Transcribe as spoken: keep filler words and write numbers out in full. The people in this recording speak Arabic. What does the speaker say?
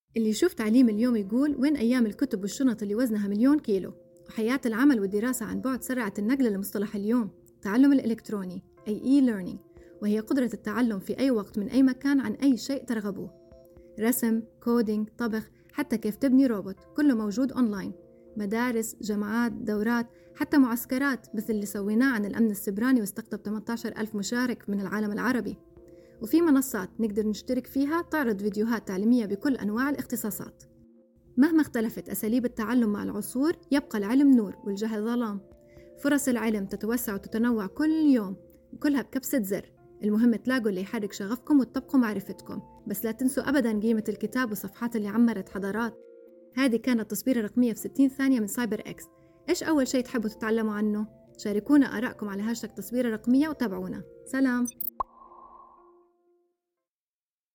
اللي يشوف تعليم اليوم يقول وين أيام الكتب والشنط اللي وزنها مليون كيلو. وحياة العمل والدراسة عن بعد سرعت النقلة لمصطلح اليوم التعلم الإلكتروني أي e-learning، وهي قدرة التعلم في أي وقت من أي مكان عن أي شيء ترغبوه. رسم، كودينج، طبخ، حتى كيف تبني روبوت، كله موجود أونلاين. مدارس، جامعات، دورات، حتى معسكرات مثل اللي سويناه عن الأمن السبراني واستقطب ثمانية عشر ألف مشارك من العالم العربي. وفي منصات نقدر نشترك فيها تعرض فيديوهات تعليمية بكل أنواع الاختصاصات. مهما اختلفت أساليب التعلم مع العصور، يبقى العلم نور والجهل ظلام. فرص العلم تتوسع وتتنوع كل يوم، كلها بكبسة زر. المهم تلاقوا اللي يحرك شغفكم وتطبقوا معرفتكم، بس لا تنسوا أبداً قيمة الكتاب والصفحات اللي عمرت حضارات. هذه كانت تصبيرة رقمية في ستين ثانية من سايبر إكس. إيش أول شيء تحبوا تتعلموا عنه؟ شاركونا آراءكم على هاشتاغ تصبيرة رقمية وتابعونا. سلام.